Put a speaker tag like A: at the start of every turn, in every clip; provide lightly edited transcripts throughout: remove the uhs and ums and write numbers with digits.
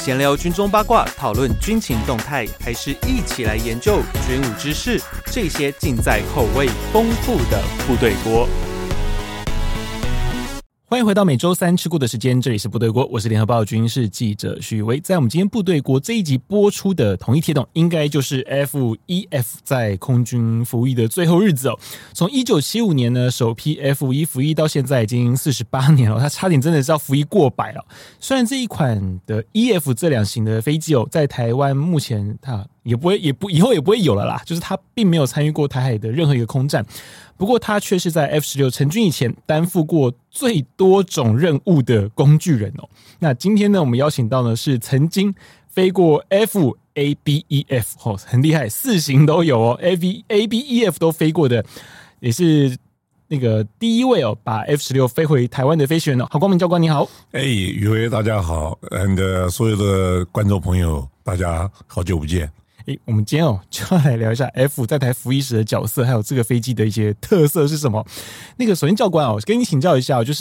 A: 闲聊军中八卦，讨论军情动态，还是一起来研究军武知识？这些尽在口味丰富的部队锅。欢迎回到每周三吃过的时间，这里是部队锅，我是联合报军事记者许巍。在我们今天部队锅这一集播出的同一天动，应该就是 F1F 在空军服役的最后日子哦。从1975年呢首批 F1 服役到现在已经48年了，它差点真的是要服役过百了。雖然这一款的 EF 这两型的飞机哦，在台湾目前它以后也不会有了啦，就是它并没有参与过台海的任何一个空战。不过他却是在 F16 成军以前担负过最多种任务的工具人哦。那今天呢，我们邀请到的是曾经飞过 F、A、B、E、F 哦，很厉害，4型都有哦 ，A、B、E、F 都飞过的，也是那个第一位哦，把 F16 飞回台湾的飞行员哦。郝光明教官你好。
B: 宇威大家好，and 所有的观众朋友大家好久不见。
A: 我们今天就要来聊一下 F 在台服役时的角色，还有这个飞机的一些特色是什么。那个首先教官跟你请教一下就是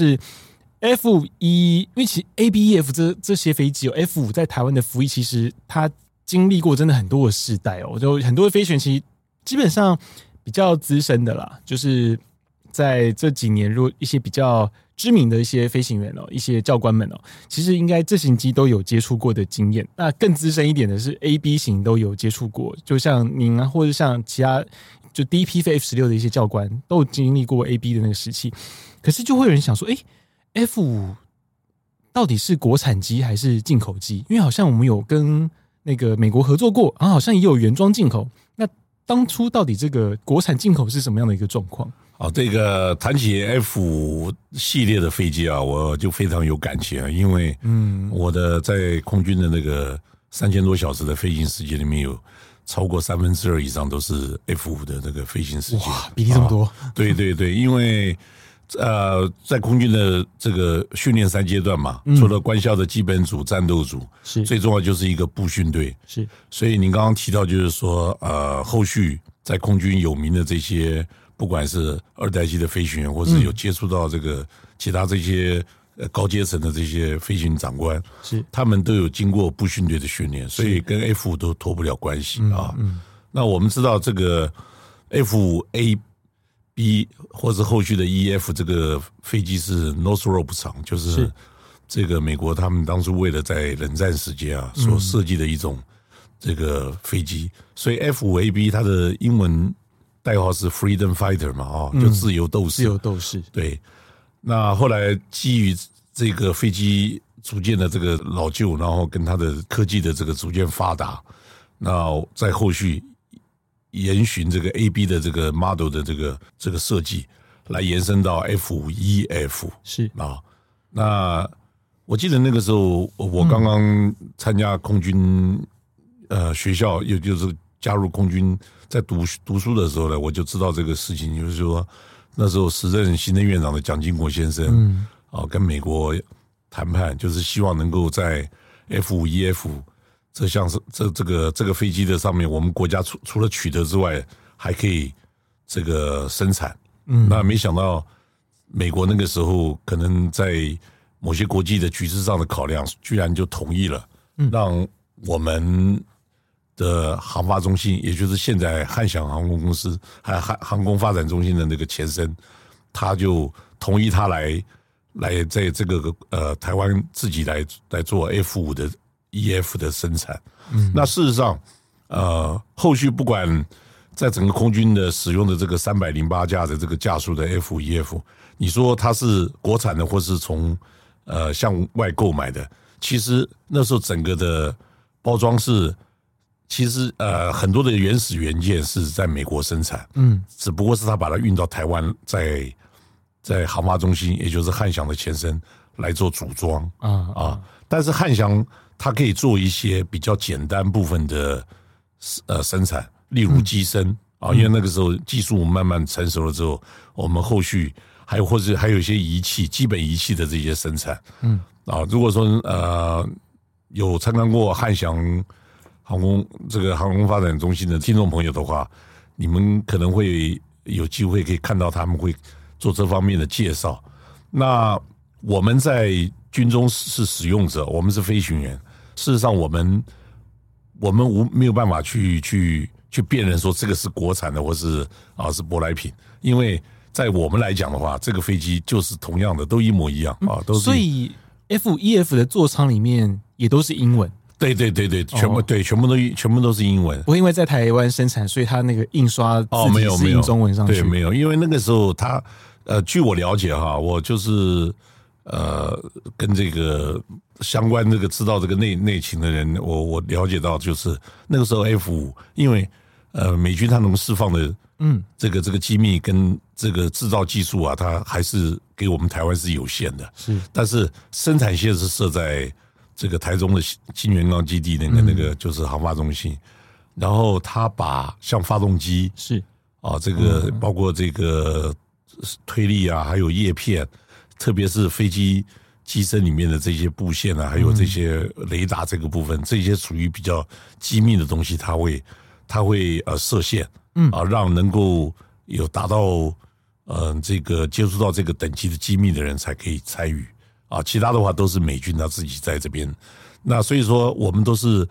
A: F1， 因为其实 A、B、E、F 这些飞机F5 在台湾的服役，其实它经历过真的很多的世代就很多的飞行员其实基本上比较资深的啦，就是在这几年，如果一些比较知名的一些飞行员一些教官们其实应该这型机都有接触过的经验。那更资深一点的是 A、B 型都有接触过，就像您啊，或者像其他就第一批飞 F16 的一些教官都有经历过 A、B 的那个时期。可是就会有人想说F5 到底是国产机还是进口机？因为好像我们有跟那个美国合作过，然后好像也有原装进口。那当初到底这个国产进口是什么样的一个状况？
B: 这个谈起 F5 系列的飞机啊，我就非常有感情啊，因为我的在空军的那个3000多小时的飞行时间里面，有超过2/3以上都是 F5 的那个飞行时间。
A: 哇，比例这么多！
B: 对对对，因为在空军的这个训练3阶段嘛，除了官校的基本组、战斗组，是最重要就是一个步训队。是，所以您刚刚提到就是说，后续在空军有名的这些。不管是2代机的飞行员，或是有接触到这个其他这些高阶层的这些飞行长官，是他们都有经过步训队的训练，所以跟 F5 都脱不了关系啊。那我们知道这个 F5A、B 或是后续的 EF 这个飞机是 Northrop 厂，就是这个美国他们当初为了在冷战时间啊所设计的一种这个飞机，所以 F5AB 它的英文代号是 Freedom Fighter 嘛，就自由斗士。自
A: 由斗士。对。
B: 那后来基于这个飞机逐渐的这个老旧，然后跟它的科技的这个逐渐发达，那在后续沿循这个 AB 的这个 model 的这个设计，来延伸到 F5EF。是啊。那我记得那个时候我刚刚参加空军学校，也就是加入空军。在读书的时候呢，我就知道这个事情，就是说那时候时任行政院长的蒋经国先生，跟美国谈判，就是希望能够在 F5EF 这项这个飞机的上面，我们国家除了取得之外，还可以这个生产。那没想到美国那个时候可能在某些国际的局势上的考量，居然就同意了，让我们的航发中心，也就是现在汉翔航空公司还有航空发展中心的那个前身，他就同意他来在这个台湾自己来做 F5 的 EF 的生产。那事实上后续不管在整个空军的使用的这个308架的这个架数的 F5EF， 你说它是国产的或是从向外购买的，其实那时候整个的包装是。其实很多的原始元件是在美国生产，只不过是他把它运到台湾，在航发中心，也就是汉翔的前身来做组装但是汉翔它可以做一些比较简单部分的生产，例如机身因为那个时候技术慢慢成熟了之后，我们后续还有一些仪器，基本仪器的这些生产，如果说有参观过汉翔。航空发展中心的听众朋友的话，你们可能会有机会可以看到他们会做这方面的介绍。那我们在军中是使用者，我们是飞行员， 事实上我们没有办法去辨认说这个是国产的或是是舶来品，因为在我们来讲的话，这个飞机就是同样的，都一模一样都是。
A: 所以 F1F 的座舱里面也都是英文。
B: 对，全部都是英文。
A: 不会因为在台湾生产，所以它那个印刷字体是印中文上去。
B: 对，没有，因为那个时候它据我了解我就是跟这个相关这个知道这个内情的人，我了解到就是那个时候 F5，因为美军它能释放的这个机密跟这个制造技术它还是给我们台湾是有限的。
A: 是，
B: 但是生产线是设在这个台中的新元刚基地那个就是航发中心，然后他把像发动机
A: 是
B: 这个包括这个推力还有叶片，特别是飞机机身里面的这些布线还有这些雷达这个部分，这些属于比较机密的东西，它会设限让能够有达到这个接触到这个等级的机密的人才可以参与。其他的话都是美军他自己在这边，那所以说我们都是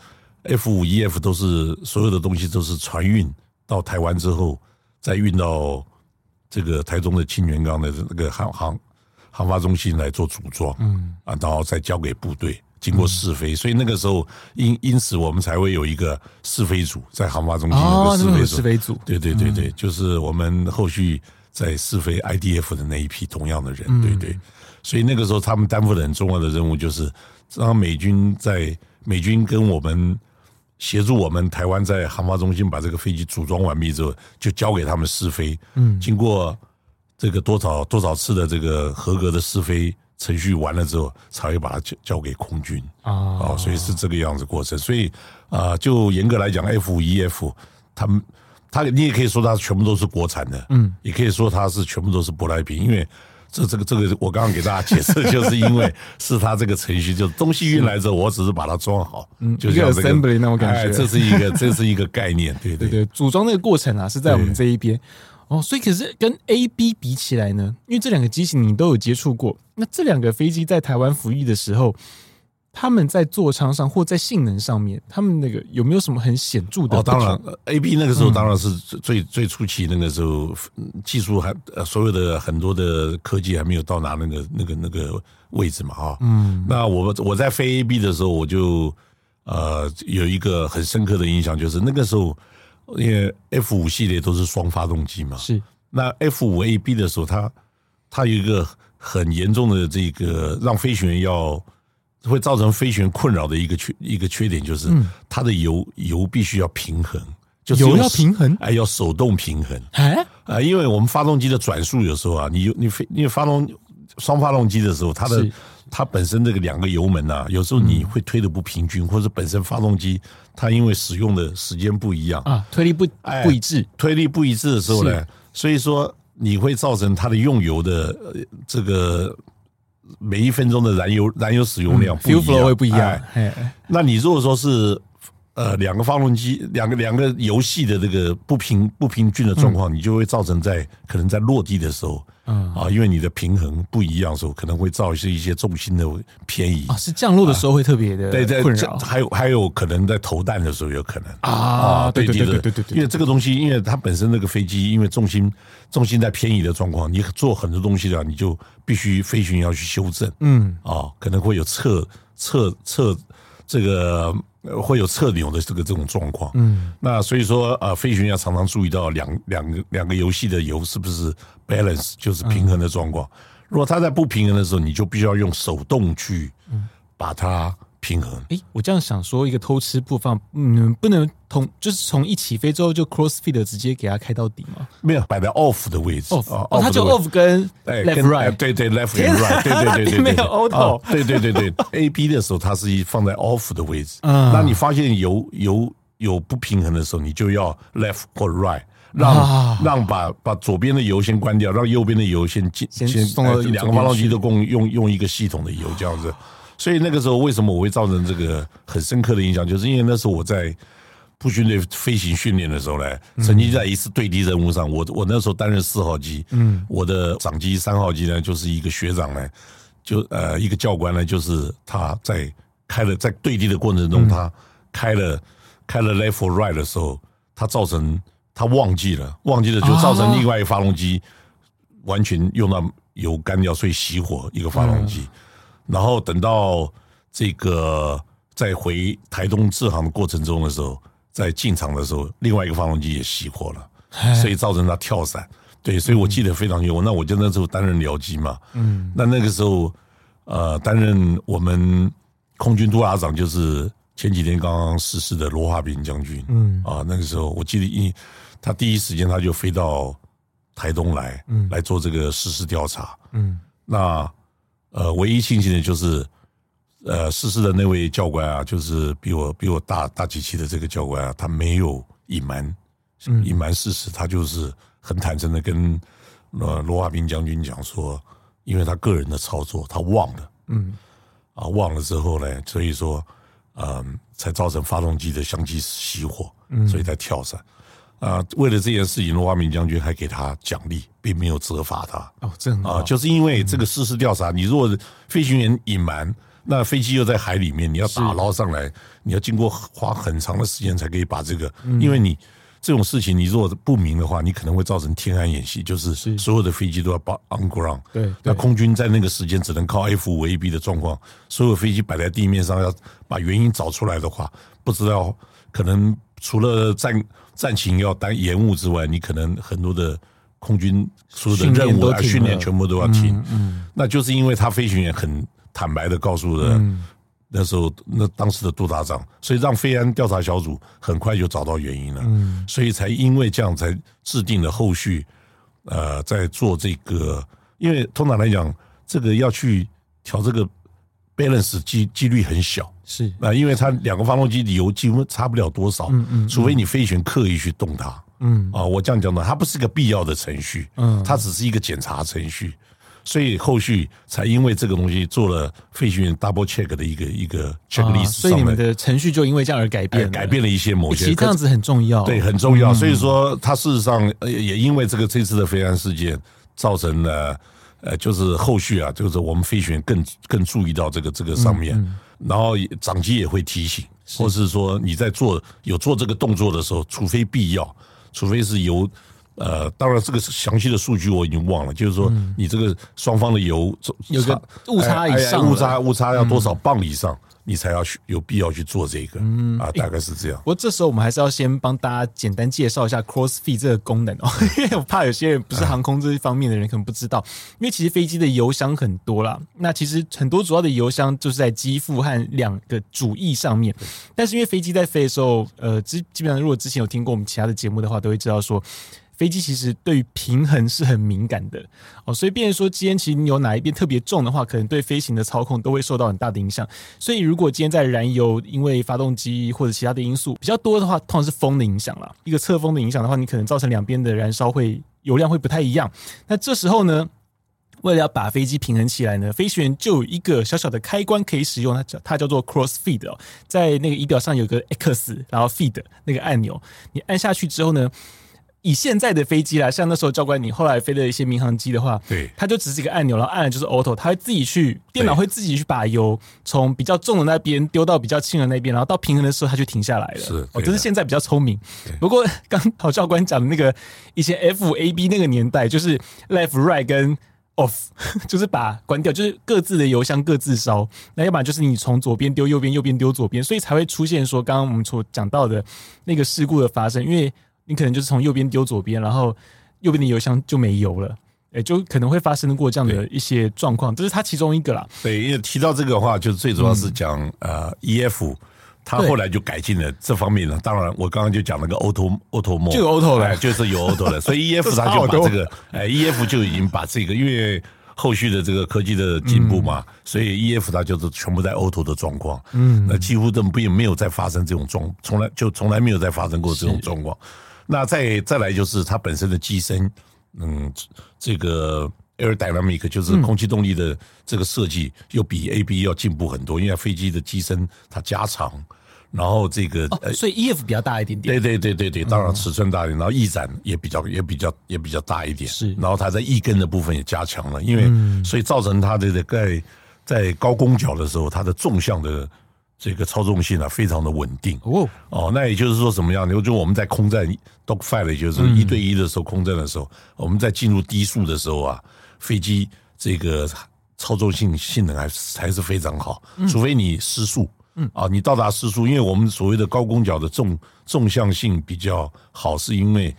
B: F5EF 都是所有的东西都是船运到台湾之后，再运到这个台中的清元岗的那个航发中心来做组装，然后再交给部队经过试飞，所以那个时候因此我们才会有一个试飞组在航发中心那个
A: 试飞组，
B: 对，就是我们后续在试飞 IDF 的那一批同样的人，对。所以那个时候他们担负的很重要的任务就是让美军跟我们协助我们台湾在航发中心把这个飞机组装完毕之后就交给他们试飞，经过这个多少次的这个合格的试飞程序完了之后才会把它交给空军所以是这个样子过程。所以就严格来讲 F5EF 它你也可以说它全部都是国产的，也可以说它是全部都是舶来品，因为这个我刚刚给大家解释，就是因为是它这个程序，就是东西运来之后，我只是把它装好，就像这个
A: assembly 那种感觉，
B: 这是一个概念，对，
A: 组装那个过程是在我们这一边所以可是跟 A、B 比起来呢，因为这两个机型你都有接触过，那这两个飞机在台湾服役的时候，他们在座舱上或在性能上面，他们那个有没有什么很显著的不同？
B: 当然 ，AB 那个时候当然是最初期，那个时候技术还所有的很多的科技还没有到达那个位置嘛那我在飞 AB 的时候，我就有一个很深刻的印象，就是那个时候因为 F5 系列都是双发动机嘛，
A: 是
B: 那 F5AB 的时候，它有一个很严重的这个让飞行员会造成飞行员困扰的一个缺点，就是它的油必须要平衡，就是
A: 油要平衡，
B: 要手动平衡。因为我们发动机的转速有时候因为双发动机的时候，它本身这个两个油门有时候你会推得不平均，或者本身发动机它因为使用的时间不一样
A: 推力不一致，
B: 推力不一致的时候呢，所以说你会造成它的用油的这个。每1分钟的燃油使用量不一样，
A: fuel flow 会不一样。
B: 那你如果说是两个发动机两个油系的这个不平均的状况，你就会造成可能在落地的时候因为你的平衡不一样的时候，可能会造成一些重心的偏移
A: 是降落的时候会特别的困扰，
B: 还有可能在投弹的时候有可能
A: 对，
B: 因为这个东西，因为它本身那个飞机因为重心在偏移的状况，你做很多东西你就必须飞行员要去修正可能会有侧这个会有侧扭的这种状况那所以说飞行员要常常注意到两个油系的油是不是 balance， 就是平衡的状况如果它在不平衡的时候，你就必须要用手动去把它平衡。
A: 我这样想说，一个偷吃不放，不能就是从一起飞之后就 crossfit 直接给它开到底吗？
B: 没有，摆在 off 的位置。
A: 它就 off 跟 left right，
B: 对 left 跟 right， 对，
A: 没有 auto，
B: 对 ，AB 的时候它是放在 off 的位置。那你发现有不平衡的时候，你就要 left 或 right。让把左边的油先关掉，让右边的油先
A: 送到
B: 两个发动机都共用一个系统的油这样子。所以那个时候为什么我会造成这个很深刻的影响，就是因为那时候我在步军队飞行训练的时候呢，曾经在一次对敌任务上，我那时候担任4号机，我的长机3号机呢就是一个学长呢，就一个教官呢，就是他在在对地的过程中，他开了 left or right 的时候，他忘记了就造成另外一个发动机完全用到油干掉，所以熄火一个发动机。然后等到这个在回台东制航的过程中的时候，在进场的时候，另外一个发动机也熄火了，所以造成他跳伞。对，所以我记得非常清楚。那我就那时候担任僚机嘛，那个时候担任我们空军督察长，就是前几天刚刚逝世的罗华彬将军。那个时候我记得他第一时间他就飞到台东来做这个实施调查。那唯一庆幸的就是逝世的那位教官啊，就是比我大几期的这个教官啊，他没有隐瞒事实，他就是很坦诚的跟罗华彬将军讲说，因为他个人的操作他忘了，忘了之后呢，所以说才造成发动机的相继熄火，所以才跳伞。为了这件事情，罗华彬将军还给他奖励，并没有责罚他。
A: 这很好。
B: 就是因为这个事实调查，你如果飞行员隐瞒，那飞机又在海里面，你要打捞上来，你要经过花很长的时间才可以把这个，因为你这种事情你如果不明的话，你可能会造成天安演习，就是所有的飞机都要on ground。
A: 对，
B: 那空军在那个时间只能靠 F5AB 的状况，所有飞机摆在地面上，要把原因找出来的话，不知道可能除了战情要延误之外，你可能很多的空军所有的任务训练全部都要停。那就是因为他飞行员很坦白的告诉了那时候当时的督察长，所以让飞安调查小组很快就找到原因了。所以才因为这样才制定了后续在做这个，因为通常来讲，这个要去调这个 balance 几率很小。
A: 是
B: 因为它两个发动机的油几乎差不了多少，除非你飞行员刻意去动它。我这样讲的，它不是个必要的程序，它只是一个检查程序，所以后续才因为这个东西做了飞行员 double check 的一个 checklist，
A: 所以你们的程序就因为这样而改变了，
B: 改变了一些某些，
A: 其实这样子很重要，
B: 对，很重要。所以说，它事实上也因为这次的飞安事件，造成了就是后续啊，就是我们飞行员更注意到这个上面。然后长机也会提醒，或是说你在做这个动作的时候，除非必要，除非是油，当然这个详细的数据我已经忘了，就是说你这个双方的油
A: 有个误差以上，
B: 误差要多少磅以上，你才要有必要去做这个大概是这样。
A: 不过这时候我们还是要先帮大家简单介绍一下 crossfeed 这个功能因为我怕有些人不是航空这一方面的人可能不知道，因为其实飞机的油箱很多啦，那其实很多主要的油箱就是在机腹和两个主翼上面，但是因为飞机在飞的时候，基本上如果之前有听过我们其他的节目的话，都会知道说，飞机其实对于平衡是很敏感的所以变成说今天其实你有哪一边特别重的话，可能对飞行的操控都会受到很大的影响。所以如果今天在燃油因为发动机或者其他的因素比较多的话，通常是风的影响啦，一个侧风的影响的话，你可能造成两边的燃烧油量会不太一样。那这时候呢，为了要把飞机平衡起来呢，飞行员就有一个小小的开关可以使用，它叫做 crossfeed 在那个仪表上有个 X 然后 feed 那个按钮，你按下去之后呢，以现在的飞机啦，像那时候教官你后来飞的一些民航机的话，
B: 对，
A: 它就只是一个按钮，然后按了就是 auto， 它会自己去，电脑会自己去把油从比较重的那边丢到比较轻的那边，然后到平衡的时候它就停下来了。
B: 是，
A: 这是现在比较聪明。不过刚好教官讲的那个以前 F5AB 那个年代，就是 left right 跟 off 就是把关掉，就是各自的油箱各自烧，那要不然就是你从左边丢右边，右边丢左边，所以才会出现说刚刚我们所讲到的那个事故的发生，因为你可能就是从右边丢左边，然后右边的油箱就没油了，就可能会发生过这样的一些状况，这是它其中一个啦。
B: 对，因为提到这个的话，就最主要是讲EF， 它后来就改进了这方面了。当然，我刚刚就讲那个 auto mode，
A: 就有 auto 了，
B: 就是有 auto 了，所以 EF 它就把这个EF 就已经把这个，因为后续的这个科技的进步嘛，所以 EF 它就是全部在 auto 的状况，那几乎都没有再发生这种从来没有再发生过这种状况。那再来就是它本身的机身，这个 aerodynamic 就是空气动力的这个设计，又比 AB 要进步很多，因为飞机的机身它加长，然后这个
A: 所以 EF 比较大一点点。
B: 对，当然尺寸大一点，然后翼展也比较大一点，
A: 是，
B: 然后它在翼根的部分也加强了，因为所以造成它的在高攻角的时候，它的纵向的这个操纵性啊非常的稳定那也就是说什么样？就我们在空战 dogfight， 也就是1对1的时候，空战的时候，我们在进入低速的时候啊，飞机这个操纵性能还是非常好，除非你失速。你到达失速，因为我们所谓的高攻角的纵向性比较好，是因为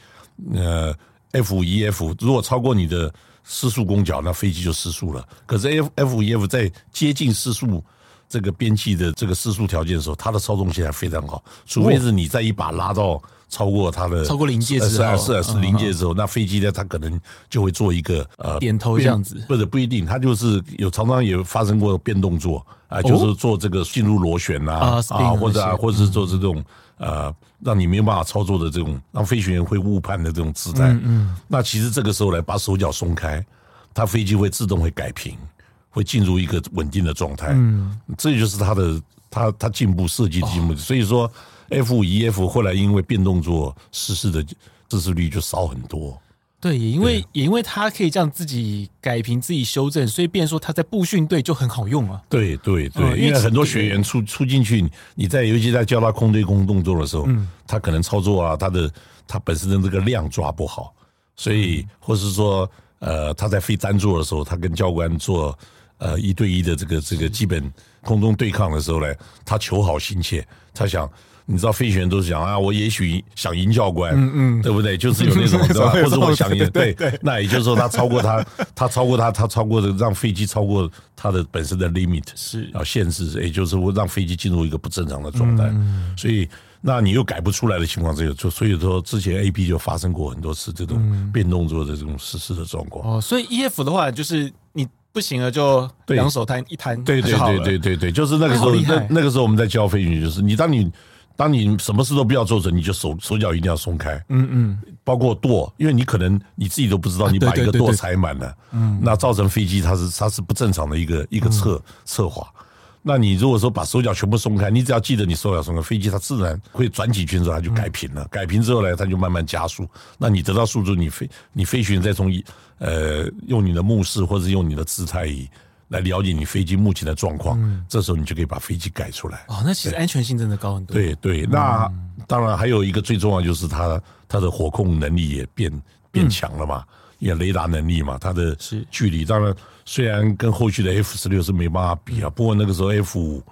B: F5E/F 如果超过你的失速攻角，那飞机就失速了。可是 F5E/F 在接近失速这个边际的这个失速条件的时候，它的操纵性还非常好，除非是你在一把拉到超过它的
A: 超过临界之后，
B: 是临界之后，那飞机呢，它可能就会做一个
A: 点头这样子，
B: 不一定，它就是常常也发生过变动作就是做这个进入螺旋或者是做这种让你没有办法操作的这种，让飞行员会误判的这种姿态。那其实这个时候来把手脚松开，它飞机会自动会改平。会进入一个稳定的状态，这就是它进步设计的进步。所以说 F5E/F 后来因为变动作失事的失事率就少很多。
A: 对，也因为它可以这样自己改平、自己修正，所以变成说它在步训队就很好用啊。
B: 对，因为很多学员出进去，尤其在教他空对空动作的时候，他可能操作啊，他本身的这个量抓不好，所以或是说他在飞单座的时候，他跟教官做1对1的这个基本空中对抗的时候呢，他求好心切，他想，你知道飞行员都是想我也许想赢教官，对不对？就是有那种对吧？或者我想赢，对，那也就是说他超过的让飞机超过它的本身的 limit
A: 是
B: 限制，也就是让飞机进入一个不正常的状态，所以那你又改不出来的情况之下，所以说之前 AP 就发生过很多次这种变动作的这种失事的状况。
A: 所以 EF 的话就是你不行了就两手一摊，
B: 对，就是那个时候，那个时候我们在教飞行员，就是当你什么事都不要做成，你就手脚一定要松开，包括舵，因为你可能你自己都不知道，你把一个舵踩满了，那造成飞机它是不正常的一个侧滑。那你如果说把手脚全部松开，你只要记得你手脚松开，飞机它自然会转几圈之后它就改平了，改平之后呢，它就慢慢加速。那你得到速度，你飞行员再从用你的目视或者用你的姿态仪来了解你飞机目前的状况，这时候你就可以把飞机改出来。
A: 那其实安全性真的高很多。
B: 对，那当然还有一个最重要就是它的火控能力也变强了嘛。因为雷达能力嘛，它的距离当然虽然跟后续的 F16是没办法比不过那个时候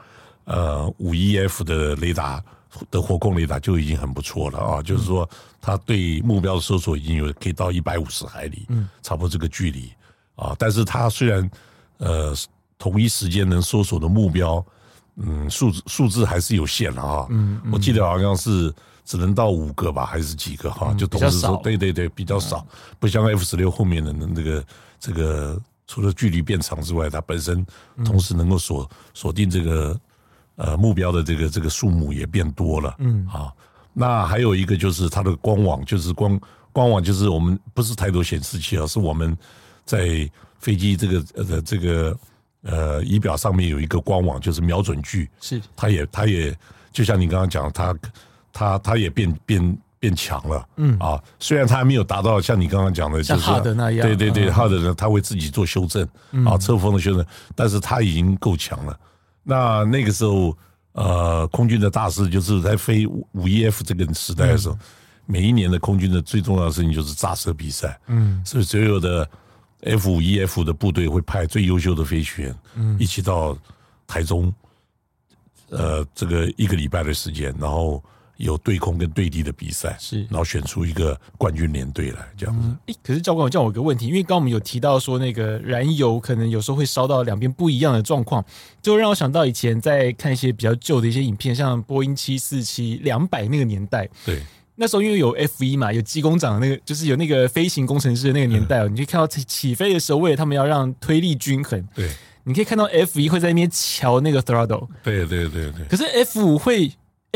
B: F5E/F 的雷达的火控雷达就已经很不错了就是说它对目标的搜索已经可以到150海里，差不多这个距离但是它虽然同一时间能搜索的目标数字还是有限了我记得好像是只能到5个吧，还是几个就同时说，对，比较少，不像 F16后面的这个除了距离变长之外，它本身同时能够锁定这个目标的这个数目也变多了，那还有一个就是它的光网，就是光网就是我们不是抬头显示器是我们在飞机这个仪表上面有一个光网，就是瞄准具，
A: 是
B: 它也就像你刚刚讲，它也变强了，虽然它还没有达到像你刚刚讲的，就是
A: 像哈德那样，
B: 对，哈德呢，他会自己做修正，侧风的修正，但是他已经够强了。那个时候，空军的大事就是在飞5E/F 这个时代的时候，每一年的空军的最重要的事情就是炸射比赛，所以所有的 F5E/F 的部队会派最优秀的飞行员，一起到台中。这个1个礼拜的时间，然后有对空跟对地的比赛，然后选出一个冠军连队来这样子。
A: 可是教官，我有个问题，因为刚刚我们有提到说那个燃油可能有时候会烧到两边不一样的状况，就让我想到以前在看一些比较旧的一些影片，像波音747-200那个年代，
B: 对。
A: 那时候因为有 F1 嘛，有机工长的那个，就是有那个飞行工程师的那个年代你可以看到起飞的时候，为了他们要让推力均衡，
B: 对。
A: 你可以看到 F1 会在那边瞧那个 throttle，
B: 对。
A: 可是 F5 会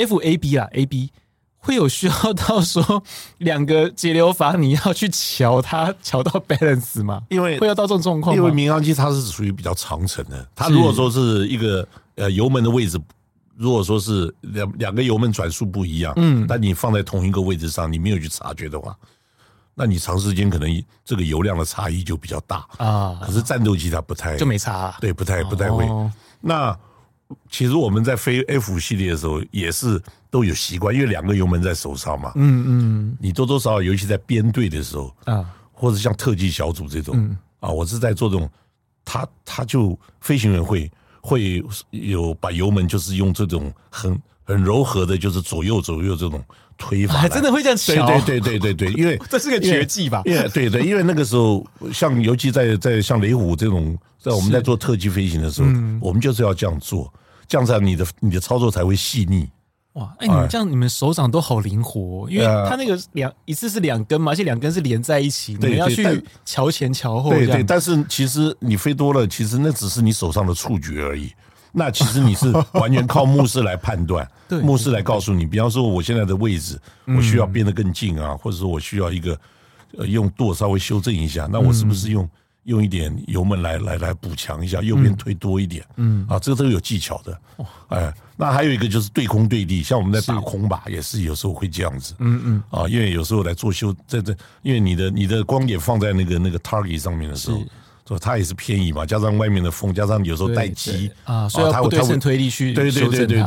A: FAB 会有需要到说2个节流阀你要去瞧到 balance 吗？
B: 因为
A: 会要到这种状况吗？
B: 因为民航机它是属于比较长程的，它如果说是一个油门的位置，如果说是两个油门转速不一样，但你放在同一个位置上，你没有去察觉的话。那你长时间可能这个油量的差异就比较大可是战斗机它不太
A: 就没差
B: 对，不太会。那其实我们在飞 F 系列的时候也是都有习惯，因为2个油门在手上嘛。你多多少少，尤其在编队的时候啊，或者像特技小组这种啊，我是在做这种，他就飞行员会有把油门就是用这种很柔和的，就是左右这种推法，
A: 还真的会这样调。
B: 对，因为
A: 这是个绝技吧？
B: 因为那个时候，像尤其在像雷虎这种，在我们在做特技飞行的时候，我们就是要这样做，这样子你的操作才会细腻。
A: 哇，你这样你们手掌都好灵活，因为它那个一次是2根嘛，而且2根是连在一起，你们要去瞧前瞧后。
B: 对，但是其实你飞多了，其实那只是你手上的触觉而已。那其实你是完全靠目视来判断，目视来告诉你，比方说我现在的位置，我需要变得更近啊，或者说我需要一个用舵稍微修正一下，那我是不是用一点油门来补强一下，右边推多一点，这个都有技巧的。那还有一个就是对空对地，像我们在打空靶也是有时候会这样子，因为有时候来做修，因为你的光点放在那个 target 上面的时候。它也是偏移嘛，加上外面的风，加上有时候带机
A: 啊，所以要不对称推力去
B: 对，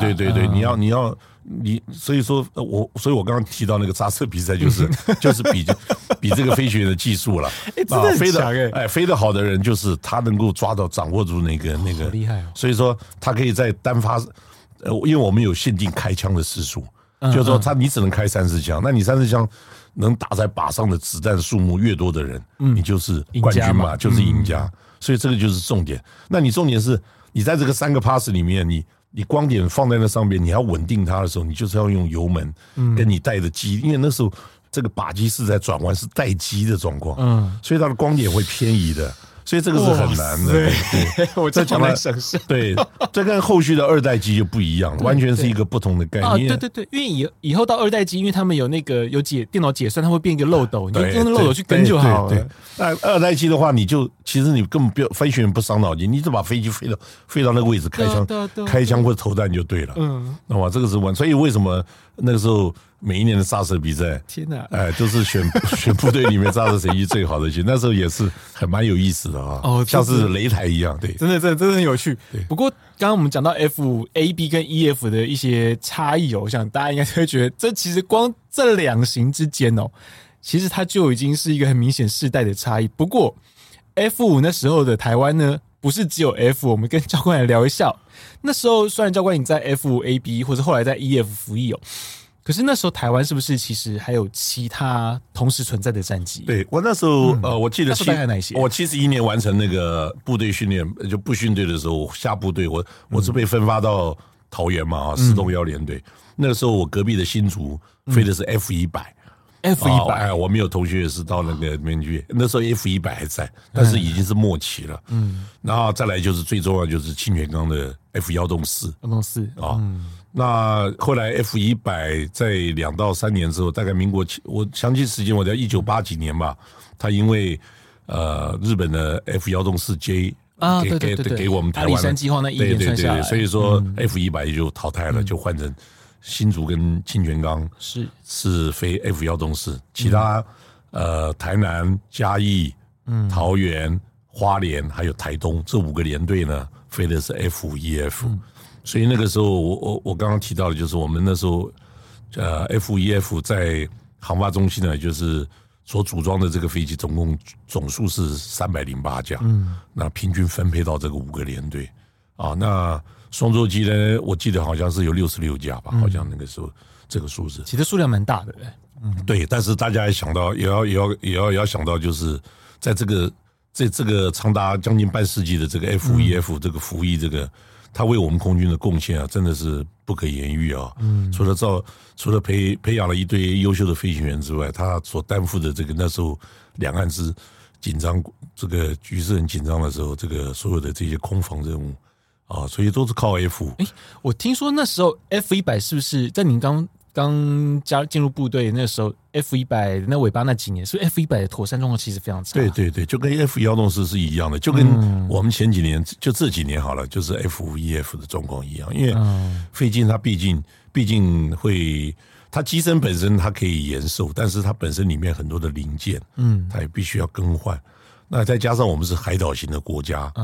B: 你所以说所以我刚刚提到那个扎车比赛就是比这个飞行员的技术了。飞得好的人就是他能够掌握住那个
A: 好厉害哦。
B: 所以说他可以在单发因为我们有限定开枪的次数，就是说你只能开30枪，那你30枪能打在靶上的子弹数目越多的人，你就是冠军嘛，就是赢家。所以这个就是重点。那你重点是你在这个3个 pass 里面，你光点放在那上面，你要稳定它的时候，你就是要用油门跟你带的机，因为那时候这个靶机是在转弯，是带机的状况，所以它的光点会偏移的。所以这个是很难的，
A: 对，我这讲来省事。
B: 对，这跟后续的2代机就不一样，完全是一个不同的概念。
A: 对，因为以后到2代机，因为他们有电脑解算，它会变一个漏斗，你就用那漏斗去跟就好了。对，
B: 那2代机的话，其实你根本不要飞行员不伤脑筋，你只把飞机飞到那个位置开枪或者投弹就对了。那么这个是所以为什么那个时候每一年的刹车比赛，
A: 天哪，
B: 就是选部队里面刹车成绩最好的那时候也是蛮有意思的啊。像是擂台一样，对，
A: 真的很有趣。不过刚刚我们讲到 FA、B 跟 EF 的一些差异我想大家应该会觉得，这其实光这2型之间其实它就已经是一个很明显世代的差异。不过 F5 那时候的台湾呢，不是只有 F， 我们跟教官来聊一下。那时候虽然教官你在 F5、AB 或者后来在 EF 服役可是那时候台湾是不是其实还有其他同时存在的战机？
B: 对，我那时候我记得
A: 大概哪些？
B: 我71年完成那个部队训练，就步训队的时候下部队，我是被分发到桃园嘛，4栋1联队。那个时候我隔壁的新竹飞的是 F100。我们有同学也是到那个里面去，那时候 F100还在，但是已经是末期了。然后再来就是最重要就是清泉岗的 F104那后来 F100 在2到3年之后，大概民国我详细时间我在1980几年吧，他因为日本的 F104J 给我们台湾
A: 阿里山计划那一年算下来，
B: 所以说 F100 就淘汰了，就换成新竹跟清泉岗是飞 F104，其他台南、嘉义、桃园、花莲还有台东这5个联队呢，飞的是 F5、EF。所以那个时候我刚刚提到的就是我们那时候F5、EF 在航发中心呢，就是所组装的这个飞机总数是308架，那平均分配到这个5个联队那双座机呢，我记得好像是有66架吧，好像那个时候这个数字
A: 其实数量蛮大的。
B: 对，但是大家也想到，也要想到，就是在这个长达将近半世纪的这个 F5、EF 这个服役他为我们空军的贡献真的是不可言喻除了培养了一堆优秀的飞行员之外，他所担负的这个那时候两岸之紧张，这个局势很紧张的时候，这个所有的这些空防任务所以都是靠 F5。
A: 我听说那时候 F100 是不是在您刚进入部队那时候 F100 那尾巴那几年，是不是 F100 的妥善状况其实非常差？
B: 对，就跟 F104是一样的，就跟我们前几年就这几年好了，就是 F5、EF 的状况一样。因为飞机它毕竟会，它机身本身它可以延寿，但是它本身里面很多的零件，它也必须要更换。那再加上我们是海岛型的国家，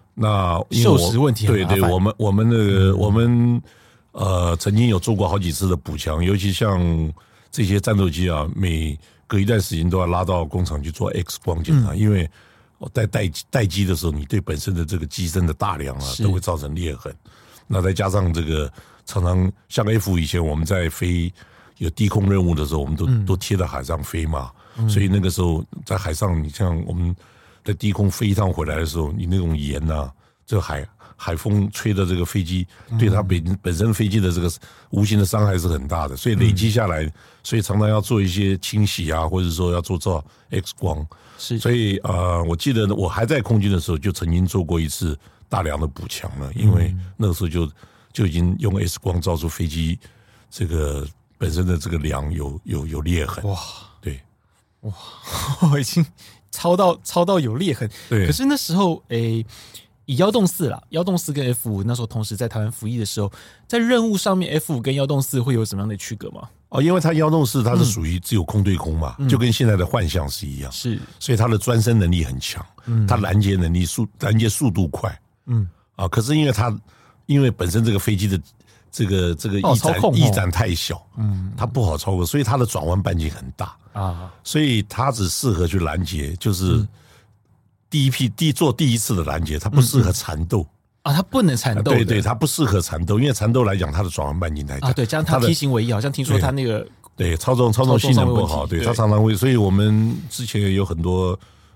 B: 那
A: 锈蚀问题很麻烦，
B: 对对，我们曾经有做过好几次的补强，尤其像这些战斗机啊，每隔一段时间都要拉到工厂去做 X 光检查，因为在待机的时候，你对本身的这个机身的大梁啊，都会造成裂痕。那再加上这个常常像 F 以前我们在飞有低空任务的时候，我们都贴在海上飞嘛，所以那个时候在海上，你像我们在低空飞一趟回来的时候，你那种盐啊，这个海风吹的这个飞机，对它本身飞机的这个无形的伤害是很大的，所以累积下来，所以常常要做一些清洗啊，或者说要做 X 光。
A: 是，
B: 所以我记得我还在空军的时候，就曾经做过一次大梁的补强了，因为那个时候就已经用 X 光照出飞机这个本身的这个梁有裂痕。
A: 哇，
B: 对，
A: 哇，我已经超到有裂痕。
B: 对，
A: 可是那时候以幺洞四啦，幺洞四跟 F5那时候同时在台湾服役的时候，在任务上面 F5跟幺洞四会有什么样的区隔吗？
B: 因为它幺洞四它是属于只有空对空嘛，就跟现在的幻象是一样，
A: 是，
B: 所以它的专升能力很强，它拦截能力拦截速度快，可是因为本身这个飞机的这个翼展太小，它不好操控，所以它的转弯半径很大啊，所以它只适合去拦截，就是做第一次的拦截，它不适合缠斗。
A: 它不能缠斗，
B: 对，它不适合缠斗，因为缠斗来讲，它的转弯半径太大。
A: 对，加上它梯形尾翼，好像听说它那个
B: 对操纵性能不好，对，它常常会，所以我们之前也有很多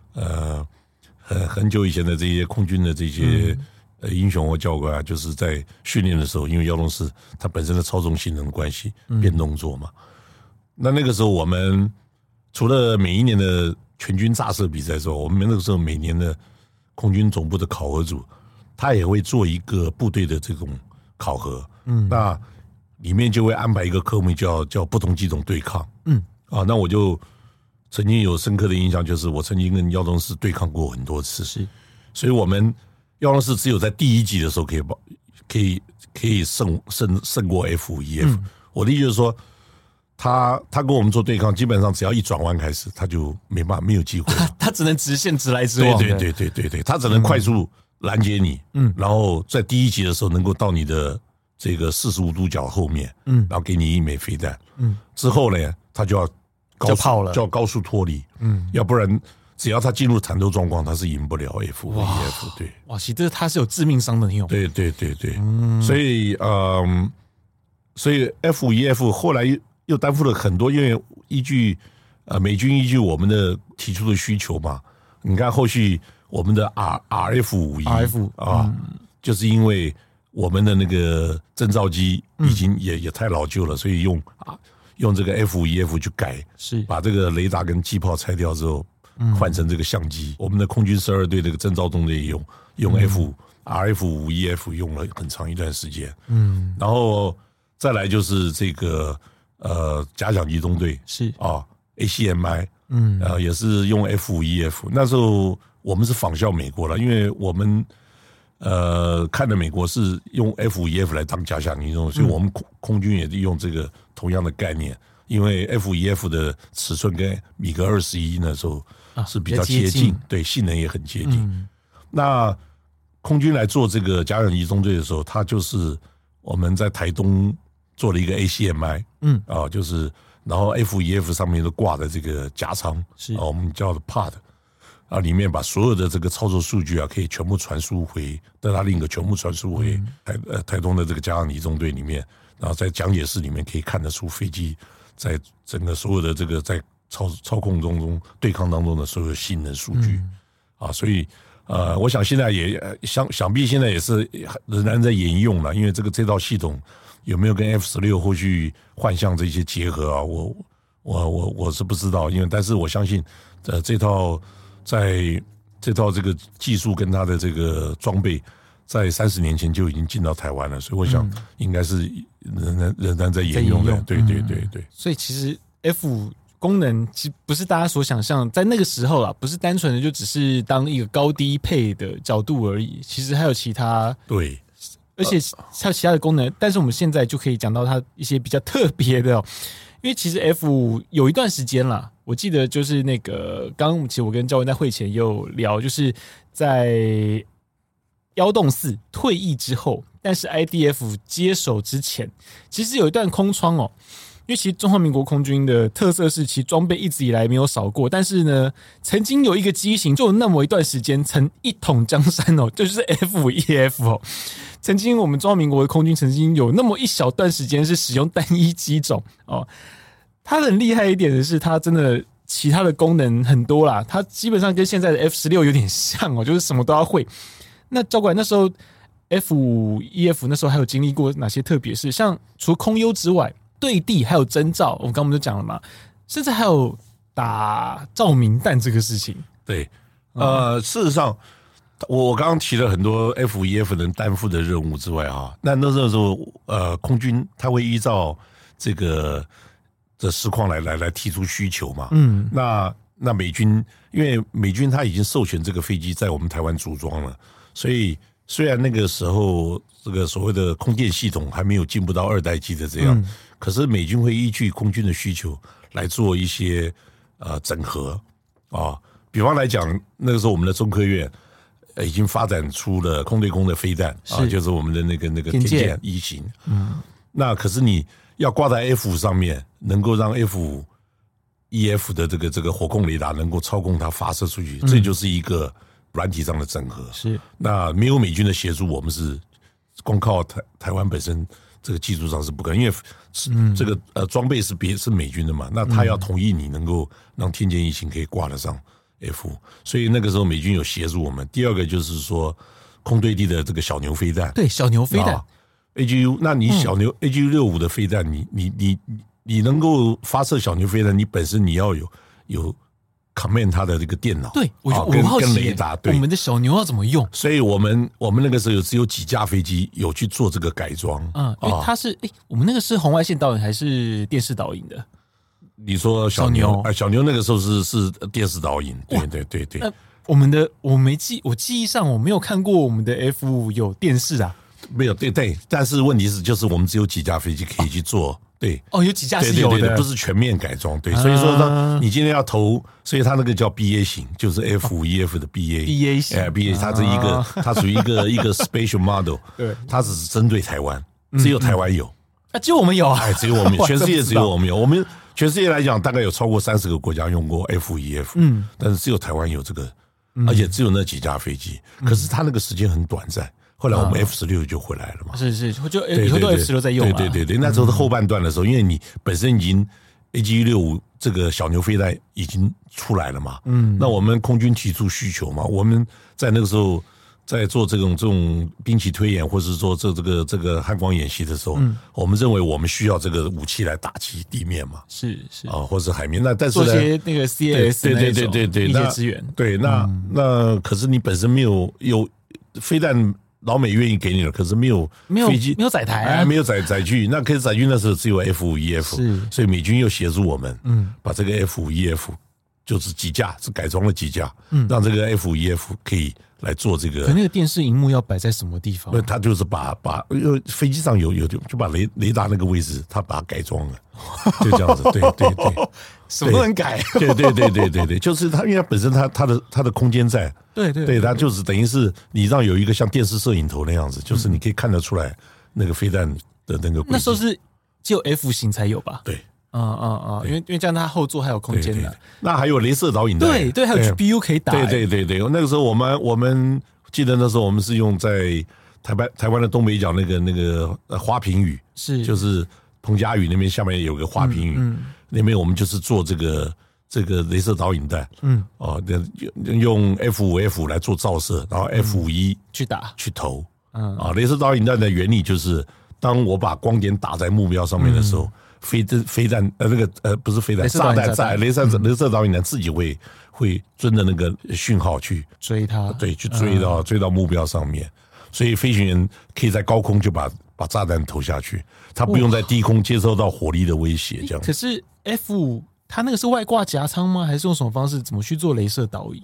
B: 很久以前的这些空军的这些英雄或教官啊，就是在训练的时候，因为幺洞四它本身的操纵性能关系变动作嘛，那个时候我们除了每一年的全军炸射比赛之后，我们那个时候每年的空军总部的考核组。他也会做一个部队的这种考核，那里面就会安排一个科目叫不同机种对抗，那我就曾经有深刻的印象，就是我曾经跟幺洞四对抗过很多次，
A: 是，
B: 所以我们幺洞四只有在第一级的时候可以胜过 F5E，我的意思就是说，他跟我们做对抗，基本上只要一转弯开始，他就没有机会了，
A: 他只能直线直来直往，
B: 对，他只能快速。拦截你，然后在第一集的时候能够到你的这个45度角后面，然后给你一枚飞弹，之后呢，他就要高速脱离，要不然只要他进入缠斗状况，他是赢不了 F5E，对，
A: 哇，其实这他是有致命伤的，听
B: 对，所以F5E后来又担负了很多，因为美军依据我们的提出的需求嘛，你看后续。我们的 RF5E 就是因为我们的那个侦照机已经也太老旧了，所以用这个 F5EF 去改，
A: 是
B: 把这个雷达跟机炮拆掉之后，换成这个相机。我们的空军12队这个侦照中队也用 RF5EF 用了很长一段时间，然后再来就是这个假想敌中队
A: 是
B: ACMI，也是用 F5EF， 那时候。我们是仿效美国了，因为我们看的美国是用 F5EF 来当假想敌中，所以我们空军也是用这个同样的概念。因为 F5EF 的尺寸跟米格21那时候是比较接近，对，性能也很接近。那空军来做这个假想敌中队的时候，它就是我们在台东做了一个 ACMI，就是然后 F5EF 上面都挂的这个夹舱，我们叫的 Pod。里面把所有的这个操作数据可以全部传输回德拉令格，全部传输回台东的这个假想敌中队里面，然后在讲解室里面可以看得出飞机在整个所有的这个在操控中对抗当中的所有性能数据所以我想现在也想必现在也是仍然在沿用了，因为这套系统有没有跟 F16后续幻象这些结合我是不知道，因为但是我相信这套这个技术跟它的这个装备，在30年前就已经进到台湾了，所以我想应该是仍然在沿用的。对。
A: 所以其实 F 功能其实不是大家所想象，在那个时候不是单纯的就只是当一个高低配的角度而已，其实还有其他
B: 对，
A: 而且还有其他的功能。但是我们现在就可以讲到它一些比较特别的因为其实 F 有一段时间啦，我记得就是那个刚其实我跟教官在会前也有聊，就是在 1洞4退役之后，但是 IDF 接手之前，其实有一段空窗哦。因为其实中华民国空军的特色是，其实装备一直以来没有少过，但是呢，曾经有一个机型，就有那么一段时间曾一统江山哦，就是 F5EF 哦。曾经我们中华民国的空军曾经有那么一小段时间是使用单一机种哦。它很厉害一点的是，它真的其他的功能很多啦，它基本上跟现在的 F16有点像哦，就是什么都要会。那教官那时候 F5EF 那时候还有经历过哪些特别事？像除了空优之外，对地还有征兆，我们就讲了嘛，甚至还有打照明弹这个事情。
B: 对，事实上，我刚刚提了很多 F5EF 能担负的任务之外啊，那时候空军他会依照这个的实况来提出需求嘛。那美军，因为美军他已经授权这个飞机在我们台湾组装了，所以虽然那个时候这个所谓的空电系统还没有进步到2代机的这样。可是美军会依据空军的需求来做一些整合啊，比方来讲，那个时候我们的中科院已经发展出了空对空的飞弹啊，就是我们的那个天剑1型。那可是你要挂在 F5上面，能够让 F5EF 的这个火控雷达能够操控它发射出去，这就是一个软体上的整合。
A: 是，
B: 那没有美军的协助，我们是光靠台湾本身。这个技术上是不可能，因为这个装备是美军的嘛，那他要同意你能够让天剑1型可以挂得上 F5，所以那个时候美军有协助我们。第二个就是说空对地的这个小牛飞弹，
A: 对，小牛飞弹
B: AGU， 那你小牛 AGU65 的飞弹，你能够发射小牛飞弹，你本身你要有command 它的这个电脑，
A: 对，我好奇，
B: 跟雷达，对，
A: 我们的小牛要怎么用？
B: 所以我们那个时候只有几架飞机有去做这个改装，
A: 因为它是我们那个是红外线导引还是电视导引的？
B: 你说小牛那个时候是电视导引，对。
A: 那我记忆上我没有看过我们的 F5有电视啊，
B: 没有，对，但是问题是就是我们只有几架飞机可以去做。对
A: 有几架是有的，
B: 对，不是全面改装。对，所以说呢，你今天要投，所以它那个叫 BA 型，就是 F5EF 的 BA 型，BA 它是一个，它属于一个 special model， 对，它只是针对台湾，只有台湾有，
A: 只有我们有啊，
B: 只有我们有，全世界只有我们有，我们全世界来讲大概有超过30个国家用过 F5EF，但是只有台湾有这个，而且只有那几架飞机，可是它那个时间很短暂。后来我们 F16 就回来了嘛，
A: 是，就以后都 F16 在用了。
B: 对，那时候是后半段的时候，因为你本身已经 AG165 这个小牛飞弹已经出来了嘛，那我们空军提出需求嘛，我们在那个时候在做这种兵棋推演，或是做这个汉光演习的时候，我们认为我们需要这个武器来打击地面嘛，
A: 是
B: 或是海面。那但是
A: 做些那个 CAS
B: 对
A: 一些支援，
B: 对，那可是你本身没有飞弹。老美愿意给你了，可是没有飞机，
A: 没有载台
B: 没有载具。那可是载具那时候只有 F5EF， 所以美军又协助我们，把这个 F5EF 就是几架，是改装了几架，让这个 F5EF 可以来做这个。
A: 可那个电视荧幕要摆在什么地方？
B: 他就是把飞机上有就把雷达那个位置，他把它改装了，就这样子。对，
A: 什么都能改。
B: 对，就是他，因为他本身他的空间在。对，它就是等于是你让有一个像电视摄影头那样子，就是你可以看得出来那个飞弹的那个轨迹。
A: 那时候是只有 F 型才有吧？
B: 对，
A: 因为这样它后座还有空间的。
B: 那还有雷射导引带，
A: 对，还有 GPU 可以打。
B: 对，那个时候我们记得那时候我们是用在台湾的东北角那个花瓶屿，就是彭佳屿那边下面有个花瓶屿，那边我们就是做这个雷射导引弹，用 F5F 来做照射，然后 F51 去投，雷射导引弹的原理就是，当我把光点打在目标上面的时候，飞弹不是飞弹，炸弹在雷射导引弹自己会遵着那个讯号去
A: 追它，
B: 对，去追到目标上面，所以飞行员可以在高空就把炸弹投下去，他不用在低空接受到火力的威胁，这样。
A: 可是 F5它那个是外挂夹舱吗？还是用什么方式？怎么去做雷射导引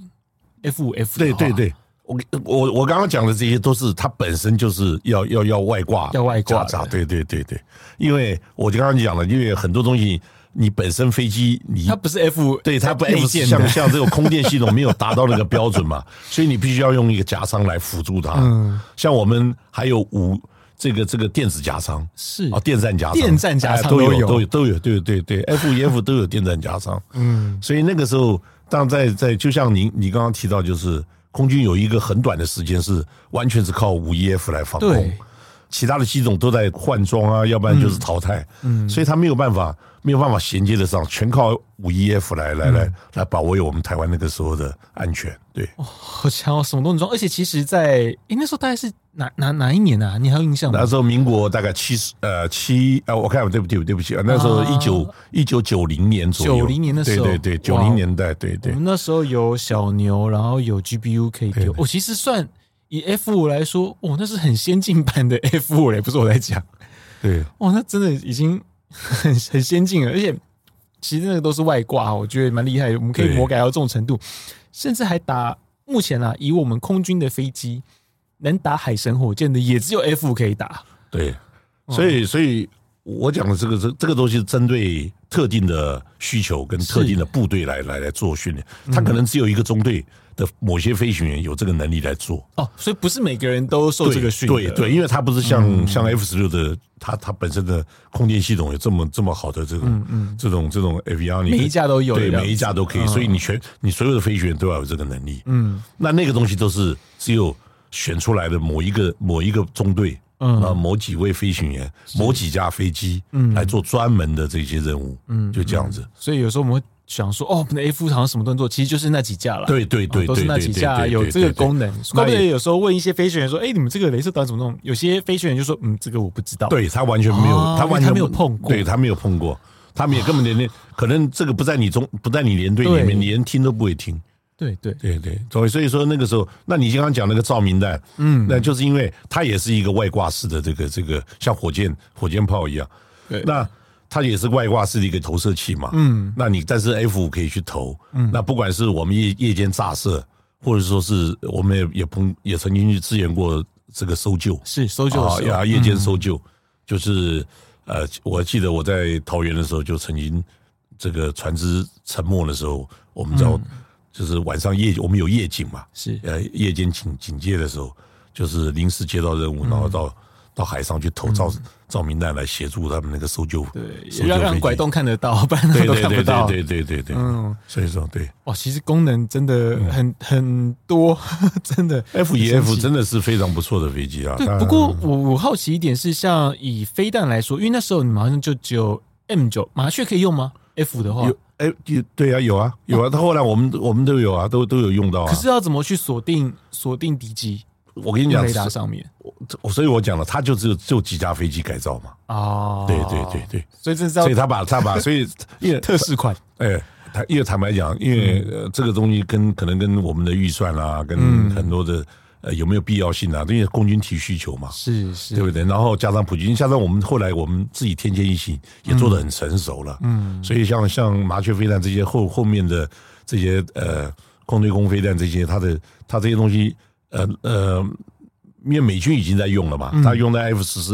A: ？F5F
B: 对，我刚刚讲的这些都是它本身就是要外挂，
A: 要外挂
B: 夹，对，因为我就刚刚讲了，因为很多东西你本身飞机
A: 它不是 F，
B: 对它不
A: 内
B: F
A: 建的
B: 像这种空电系统没有达到那个标准嘛，所以你必须要用一个夹舱来辅助它。像我们还有这个电子夹舱
A: 是
B: 电站夹舱，
A: 电站夹舱
B: 都
A: 有
B: 对 F1 F 都有电站夹舱。所以那个时候，当然在就像你刚刚提到，就是空军有一个很短的时间是完全是靠51F 来防空，其他的机种都在换装啊，要不然就是淘汰。所以他没有办法衔接得上，全靠51F 来保卫我们台湾那个时候的安全。对，
A: 好强哦，什么都能装，而且其实在那时候大概是哪一年啊？你还有印象吗？
B: 那时候民国大概我看对不起，那时候1990年左右
A: ，90年的时候，
B: 对90年代，对。
A: 我们那时候有小牛，然后有 GBU 可以丢。其实算以 F5来说，那是很先进版的 F5嘞，不是我在讲。对，那真的已经很先进了，而且其实那个都是外挂，我觉得蛮厉害的。我们可以魔改到这种程度，甚至还打目前啊，以我们空军的飞机能打海神火箭的，也只有 F5可以打。
B: 对，所以我讲的这个东西是针对特定的需求跟特定的部队来做训练，它可能只有一个中队的某些飞行员有这个能力来做。
A: 所以不是每个人都受这个训练。
B: 对，因为它不是像 F16的，它本身的空电系统有这么好的这种 avionics，
A: 每一架都有，
B: 对，每一架都可以，所以你所有的飞行员都要有这个能力。那个东西都是只有选出来的某一个中队。某几位飞行员，某几架飞机，来做专门的这些任务，就这样子。
A: 所以有时候我们会想说，我们的 F 好像什么都能做，其实就是那几架了。
B: 对，
A: 都是那几架有这个功能。怪不得有时候问一些飞行员说，你们这个雷射导弹怎么弄？有些飞行员就说，这个我不知道。
B: 对，他完全没有，他完全
A: 没有碰过，
B: 对他没有碰过，他们也根本连可能这个不在你连队里面，你连听都不会听。
A: 对，
B: 所以说那个时候，那你刚刚讲那个照明弹，那就是因为它也是一个外挂式的这个像火箭炮一样，
A: 对，
B: 那它也是外挂式的一个投射器嘛，那你但是 F5可以去投，那不管是我们夜间炸射，或者说是我们也曾经去支援过这个搜救，
A: 是搜救
B: 夜间搜救，就是我记得我在桃园的时候就曾经这个船只沉没的时候，我们知道。就是晚上我们有夜警嘛，
A: 是
B: 夜间警戒的时候，就是临时接到任务，然后到海上去投照明弹来协助他们那个搜救，
A: 对，要让拐洞看得到，不然他们都看不到。
B: 对，所以说对，
A: 其实功能真的很多，真的
B: F1F 真的是非常不错的飞机啊。
A: 对，不过我好奇一点是，像以飞弹来说，因为那时候你们好像就只有 M9 麻雀可以用吗 ？F 的话。
B: 对啊，有啊，他后来我们都有啊，都有用到啊。
A: 可是要怎么去锁定敌机？
B: 我跟你讲，
A: 雷达上面，
B: 所以我讲了，它就几架飞机改造嘛。对，
A: 所以
B: 他把，所以因为
A: 特仕款，
B: 因为坦白讲，因为这个东西可能跟我们的预算啊，跟很多的。有没有必要性啊？因为空军提需求嘛，
A: 是，
B: 对不对？然后加上普及，加上后来我们自己天间一型也做得很成熟了，所以像麻雀飞弹这些后面的这些空对空飞弹这些，它这些东西因为美军已经在用了嘛，它用在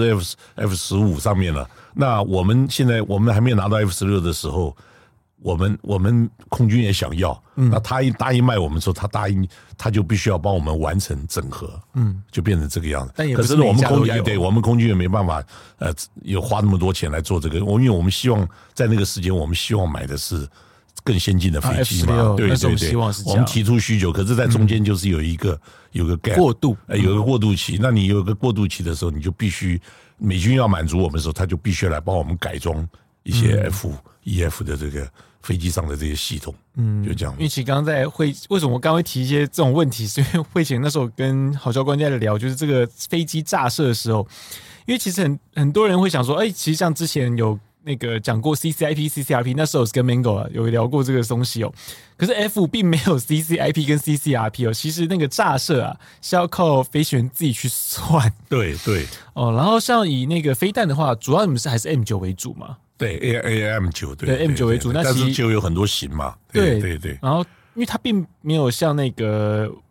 B: F14、F15上面了。那我们还没有拿到 F16的时候。我们空军也想要，那他一答应卖我们说他就必须要帮我们完成整合，就变成这个样子。
A: 但也
B: 可是我们空军也没办法，有花那么多钱来做这个，因为我们希望在那个时间，我们希望买的是更先进的飞机嘛，对，我们提出需求，可是在中间就是有一个 gap
A: 过渡，
B: 有一个过渡期。那你有一个过渡期的时候，你就必须美军要满足我们的时候，他就必须来帮我们改装一些 F1F 的这个飞机上的这些系统，就这样。
A: 因为其实刚刚在为什么我刚刚会提一些这种问题，是因为会前那时候跟郝教官在聊，就是这个飞机炸射的时候，因为其实很多人会想说，其实像之前有那个讲过 CCIP， 那时候是跟 Mango 有聊过这个东西可是 F 并没有 CCIP 跟 CCRP 其实那个炸射是要靠飞行员自己去算。
B: 对
A: 然后像以那个飞弹的话，主要你们还是 M9 为主嘛？
B: 对 ，AM9
A: 对 M9 为主，那
B: 但是就有很多型嘛。对。
A: 然后因为它并没有像那个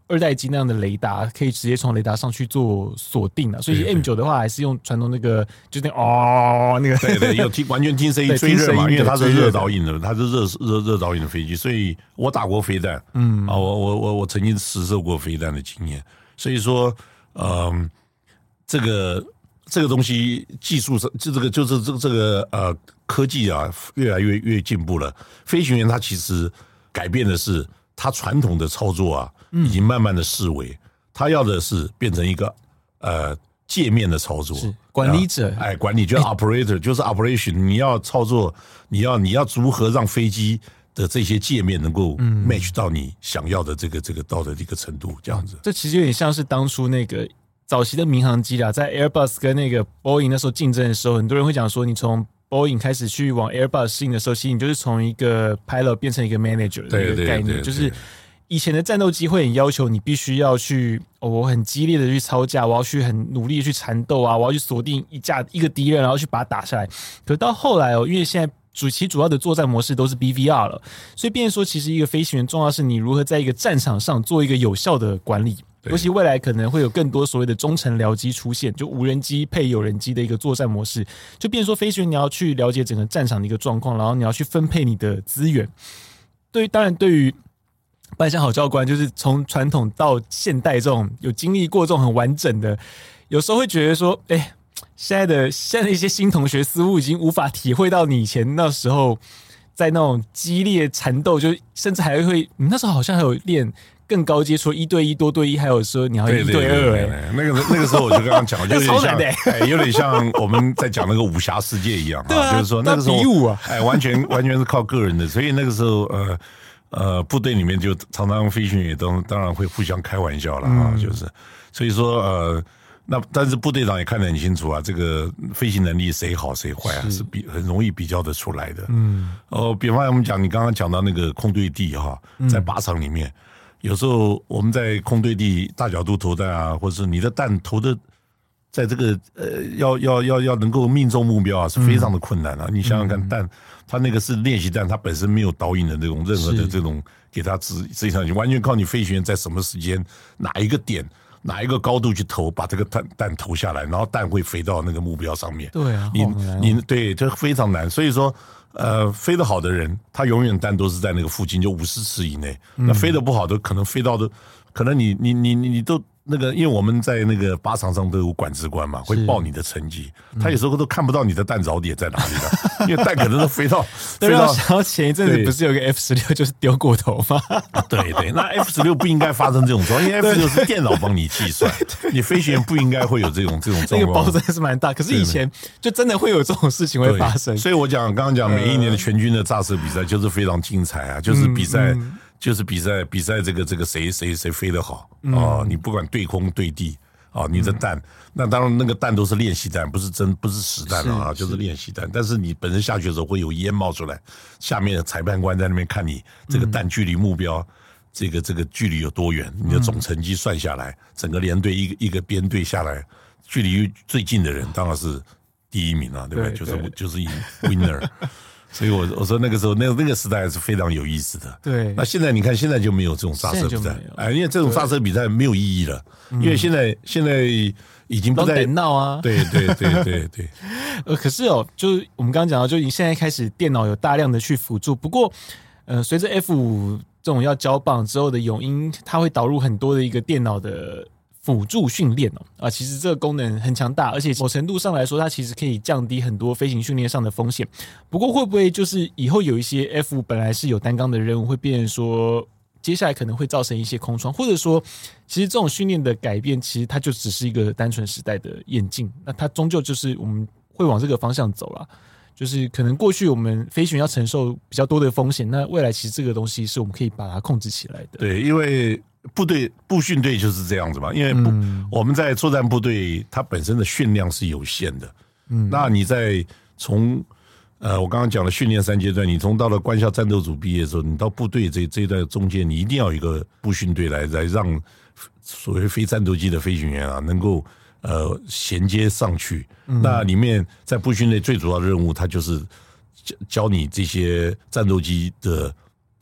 A: 2代机那样的雷达，可以直接从雷达上去做锁定了。所以 M9 的话还是用传统那个，就那那个，
B: 对，有完全听声音追热嘛，因为它是热导引的，它是热导引的飞机，所以我打过飞弹，我曾经实射过飞弹的经验，所以说，这个东西技术上，这个科技啊，越来越进步了。飞行员他其实改变的是他传统的操作啊，已经慢慢的式微，他要的是变成一个界面的操作，
A: 是管理者，
B: 管理就是 operator， 就是 operation， 你要操作，你要如何让飞机的这些界面能够 match 到你想要的这个到的一个程度，这样子。
A: 这其实有点像是当初那个早期的民航机啦，在 Airbus 跟那个 Boeing 那时候竞争的时候，很多人会讲说，你从 Boeing 开始去往 Airbus 适应的时候，其实你就是从一个 pilot 变成一个 manager 的一个概念，就是以前的战斗机会很要求你必须要去，我很激烈的去操驾，我要去很努力的去缠斗啊，我要去锁定一个敌人，然后去把它打下来。可到后来因为现在主要的作战模式都是 BVR 了，所以变成说，其实一个飞行员重要是你如何在一个战场上做一个有效的管理。尤其未来可能会有更多所谓的中程僚机出现，就无人机配有人机的一个作战模式，就变成说飞行员你要去了解整个战场的一个状况，然后你要去分配你的资源。当然对于半山好教官，就是从传统到现代这种有经历过这种很完整的，有时候会觉得说，现在的一些新同学似乎已经无法体会到你以前那时候在那种激烈缠斗，就甚至还会，你那时候好像还有练更高阶，除了1对1、多对1，还有说你要1对2。
B: 那个时候我就刚刚讲，就有点像我们在讲那个武侠世界一样，
A: 对啊，
B: 就是说那个时候
A: 比武啊，
B: 完全是靠个人的，所以那个时候部队里面就常常飞行员当然会互相开玩笑了啊，就是所以说但是部队长也看得很清楚啊，这个飞行能力谁好谁坏啊，是很容易比较的出来的。比方我们讲，你刚刚讲到那个空对地哈，在靶场里面，有时候我们在空对地大角度投弹啊，或者是你的弹投的在这个要能够命中目标啊，是非常的困难啊。你想想看，弹它那个是练习弹，它本身没有导引的这种任何的这种给它指向，完全靠你飞行员在什么时间哪一个点。哪一个高度去投，把这个弹投下来，然后弹会飞到那个目标上面。
A: 对啊，
B: 你对，这非常难。所以说，飞得好的人，他永远弹都是在那个附近，就50尺以内。那飞得不好的，可能飞到的，可能你都那个，因为我们在那个靶场上都有管制官嘛，会报你的成绩。他有时候都看不到你的弹着点在哪里的，因为弹可能都飞到。
A: 对，然后想到前一阵子不是有个 F16就是丢过头吗？
B: 对，那 F16不应该发生这种状况，因为 F16是电脑帮你计算，你飞行员不应该会有这种状况。
A: 那个包真的是蛮大，可是以前就真的会有这种事情会发生。
B: 所以我刚刚讲，每一年的全军的炸射比赛就是非常精彩啊，就是比赛。就是比赛这个谁飞得好啊！你不管对空对地啊，你的弹，那当然那个弹都是练习弹，不是实弹啊，就是练习弹。但是你本身下去的时候会有烟冒出来，下面的裁判官在那边看你这个弹距离目标，这个距离有多远，你的总成绩算下来，整个连队一个编队下来，距离最近的人当然是第一名啊，对不对？就是赢 winner。所以我说那个时候那个时代还是非常有意思的。
A: 对，
B: 那现在你看，现在就没有这种炸射比赛，因为这种炸射比赛没有意义了，因为现在已经不再
A: 闹啊。
B: 对。
A: 可是就是我们刚刚讲到，就你现在开始电脑有大量的去辅助，不过随着 F5这种要交棒之后的永鹰，它会导入很多的一个电脑的辅助训练其实这个功能很强大，而且某程度上来说，它其实可以降低很多飞行训练上的风险。不过会不会就是以后有一些 F5本来是有单纲的任务，会变成说接下来可能会造成一些空窗，或者说其实这种训练的改变，其实它就只是一个单纯时代的演进，那它终究就是我们会往这个方向走啦。就是可能过去我们飞行员要承受比较多的风险，那未来其实这个东西是我们可以把它控制起来的。
B: 对，因为步训队就是这样子嘛，因为我们在作战部队，它本身的训量是有限的。那你在从我刚刚讲的训练3阶段，你从到了官校战斗组毕业的时候，你到部队这一段中间，你一定要有一个步训队来让所谓非战斗机的飞行员啊，能够衔接上去。那里面在步训队最主要的任务，它就是教你这些战斗机的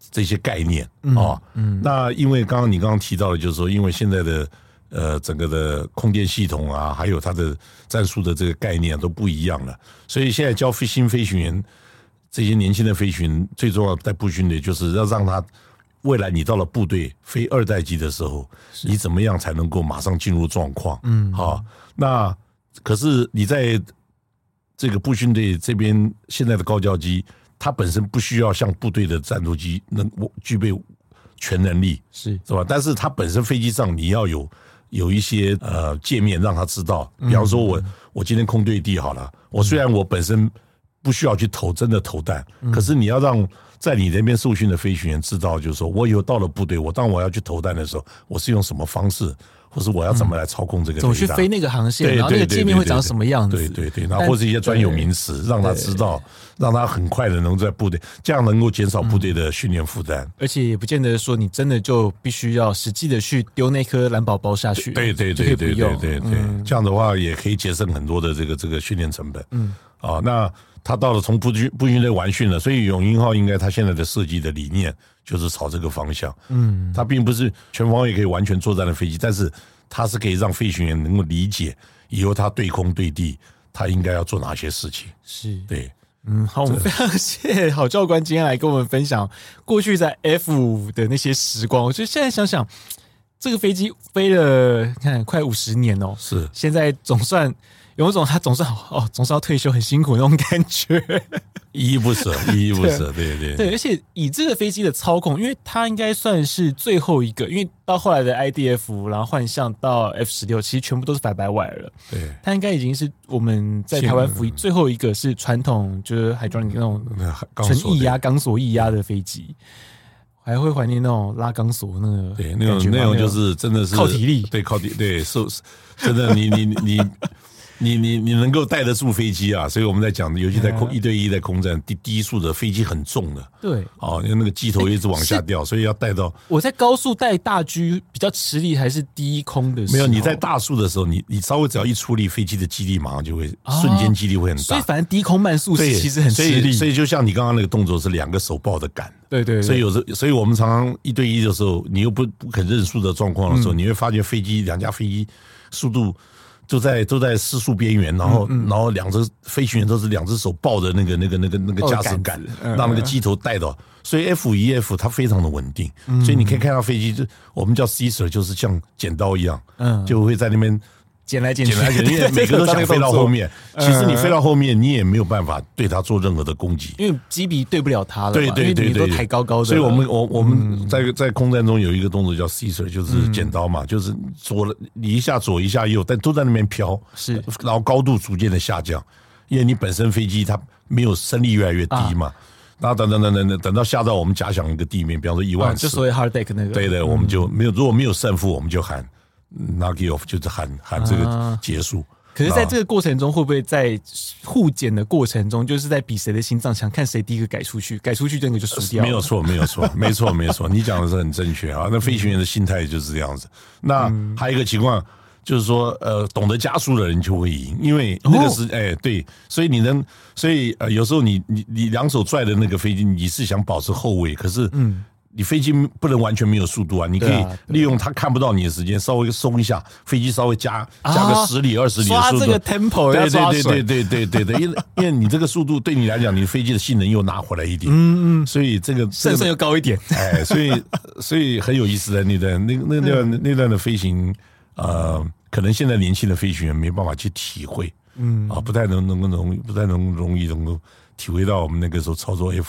B: 这些概念啊。那因为你刚刚提到的，就是说，因为现在的整个的空间系统啊，还有它的战术的这个概念都不一样了，所以现在教新飞行员这些年轻的飞行员，最重要在部训的就是要让他未来你到了部队飞2代机的时候，你怎么样才能够马上进入状况？那可是你在这个部训队这边现在的高教机，它本身不需要像部队的战斗机能具备全能力，是吧？但是它本身飞机上你要有一些界面让他知道，比方说我今天空对地好了，我虽然我本身不需要去真的投弹，可是你要让在你那边受训的飞行员知道，就是说我以后到了部队，当我要去投弹的时候，我是用什么方式，或是我要怎么来操控这个雷达，
A: 怎么去飞那个航线，然后那个界面会长什么样子？
B: 对，然后或是一些专有名词，让他知道，让他很快的能在部队，这样能够减少部队的训练负担。
A: 而且也不见得说你真的就必须要实际的去丢那颗蓝宝宝下去，
B: 对，这样的话也可以节省很多的这个训练成本。那他到了从部训队完训了，所以永鹰号应该他现在的设计的理念就是朝这个方向。他并不是全方位可以完全作战的飞机，但是它是可以让飞行员能够理解以后他对空对地他应该要做哪些事情。
A: 是，
B: 对。
A: 好，我们非常谢谢郝教官今天来跟我们分享过去在 F5的那些时光。我觉得现在想想，这个飞机飞了看快50年哦，
B: 是
A: 现在总算有一种他总是要退休很辛苦那种感觉，
B: 依依不舍，对，
A: 而且以这个飞机的操控，因为它应该算是最后一个，因为到后来的 IDF 然后换向到 F16，其实全部都是fly by wire了。
B: 对，
A: 它应该已经是我们在台湾服役最后一个是传统就是hydraulic那种纯液压钢索液压的飞机。还会怀念那种拉钢索那个，
B: 对，那种就是真的是
A: 靠体力，
B: 对，对，真的你能够带得住飞机啊，所以我们在讲，尤其在1对1在空战，第一速的飞机很重的，
A: 对，
B: 因为那个机头一直往下掉，所以要带到。
A: 我在高速带大狙比较吃力，还是低空的时候？
B: 没有，你在大速的时候，你稍微只要一出力，飞机的肌力马上就会瞬间肌力会很大，
A: 所以反正低空慢速其实很吃力。
B: 所以就像你刚刚那个动作是2个手抱着杆，
A: 对，
B: 所以我们常常1对1的时候，你又不肯认输的状况的时候，你会发觉2架飞机速度。都在失速边缘，然后2只飞行员都是2只手抱着那个驾驶杆，让那个机头带到，所以 F1F 它非常的稳定，所以你可以看到飞机就我们叫 Caesar， 就是像剪刀一样，就会在那边
A: 剪来剪去，
B: 因为每个都想飞到后面，其实你飞到后面，你也没有办法对它做任何的攻击，
A: 因为机鼻对不了它了，
B: 对，
A: 因为你都抬高高的。
B: 所以我们在空战中有一个动作叫 Caesar， 就是剪刀嘛，就是你一下左一下右，但都在那边飘，
A: 是，
B: 然后高度逐渐的下降，因为你本身飞机它没有升力越来越低嘛。然后等到下到我们假想一个地面，比方说14000，
A: 就所谓 hard deck 那个，
B: 对，我们就没有，如果没有胜负，我们就喊。knock it off 就是喊这个结束。
A: 可是在这个过程中，会不会在互检的过程中，就是在比谁的心脏强，看谁第一个改出去这个就输掉了？
B: 没有错，没错，你讲的是很正确啊。那飞行员的心态就是这样子。那还有一个情况就是说，懂得加速的人就会赢，因为那个是对，所以有时候你2手拽的那个飞机，你是想保持后位，可是你飞机不能完全没有速度啊，你可以利用它看不到你的时间，稍微松一下，飞机稍微加个10里20里的速度，
A: 刷这个 tempo，
B: 对，因为你这个速度对你来讲，你飞机的性能又拿回来一点，所以这个
A: 胜算又高一点，
B: 所以很有意思的那段的飞行，可能现在年轻的飞行员没办法去体会，不太能容易能够体会到我们那个时候操作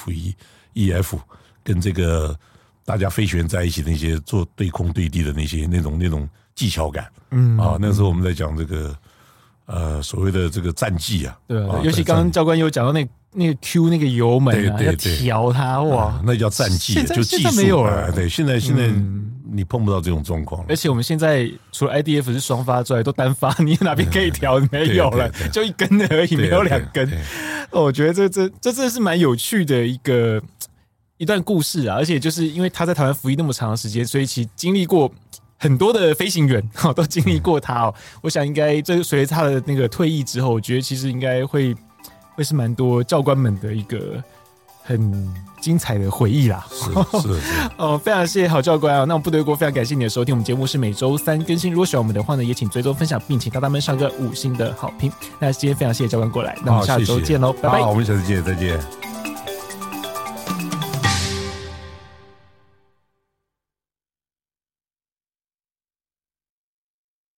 B: F1EF。跟这个大家飞行员在一起的那些做对空对地的那种技巧感，那时候我们在讲这个所谓的这个战技啊，
A: 对，尤其刚刚教官有讲到那个 Q 那个油门啊，要调它，哇，
B: 那叫战技，就技术
A: 没有了，
B: 对，现在你碰不到这种状况了，
A: 而且我们现在除了 IDF 是双发之外，都单发，你哪边可以调没有了，就1根而已，没有2根。我觉得这真的是蛮有趣的一段故事啊，而且就是因为他在台湾服役那么长的时间，所以其实经历过很多的飞行员都经历过他我想应该这随着他的那个退役之后，我觉得其实应该会是蛮多教官们的一个很精彩的回忆啦。
B: 是
A: 非常谢谢郝教官啊！那我们部队锅非常感谢你的收听，我们节目是每周3更新。如果喜欢我们的话呢，也请追踪分享，并请大大们上个5星的好评。那今天非常谢谢教官过来，那我们下周见喽，拜拜。
B: 好，我们下次见，再见。